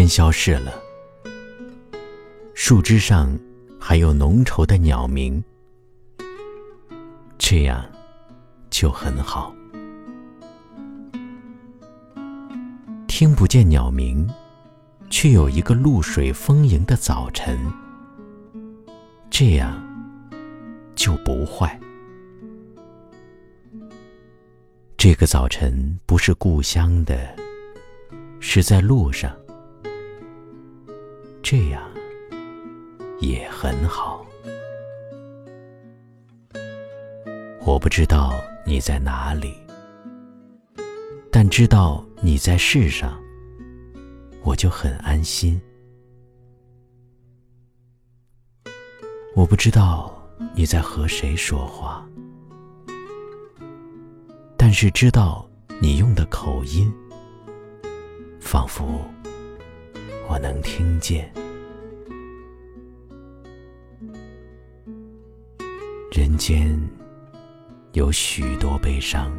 天消逝了，树枝上还有浓稠的鸟鸣，这样就很好。听不见鸟鸣，却有一个露水丰盈的早晨，这样就不坏。这个早晨不是故乡的，是在路上，这样也很好。我不知道你在哪里，但知道你在世上，我就很安心。我不知道你在和谁说话，但是知道你用的口音，仿佛我能听见。人间有许多悲伤，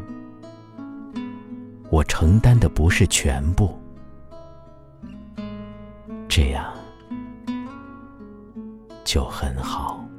我承担的不是全部，这样就很好。